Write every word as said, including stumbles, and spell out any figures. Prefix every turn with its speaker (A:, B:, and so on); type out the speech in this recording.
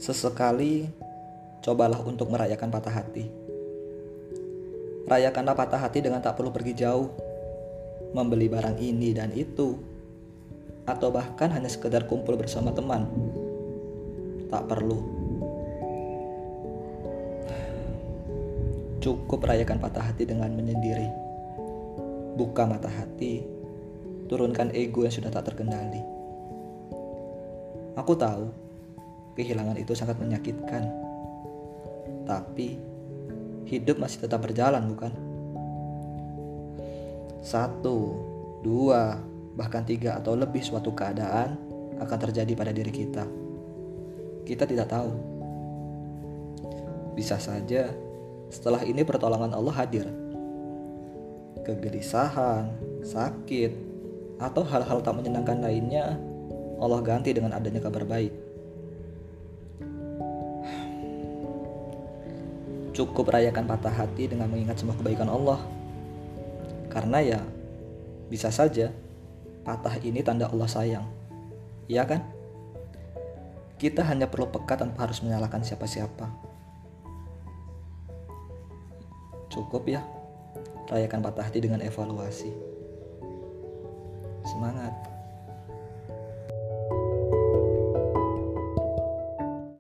A: Sesekali, cobalah untuk merayakan patah hati. Rayakanlah patah hati dengan tak perlu pergi jauh, membeli barang ini dan itu, atau bahkan hanya sekedar kumpul bersama teman. Tak perlu. Cukup rayakan patah hati dengan menyendiri. Buka mata hati, turunkan ego yang sudah tak terkendali. Aku tahu, kehilangan itu sangat menyakitkan. Tapi, hidup masih tetap berjalan, bukan? Satu, dua, bahkan tiga atau lebih suatu keadaan akan terjadi pada diri kita. Kita tidak tahu. Bisa saja, setelah ini pertolongan Allah hadir. Kegelisahan, sakit, atau hal-hal tak menyenangkan lainnya, Allah ganti dengan adanya kabar baik. Cukup rayakan patah hati dengan mengingat semua kebaikan Allah. Karena ya, bisa saja patah ini tanda Allah sayang. Iya kan? Kita hanya perlu peka tanpa harus menyalahkan siapa-siapa. Cukup ya, rayakan patah hati dengan evaluasi. Semangat!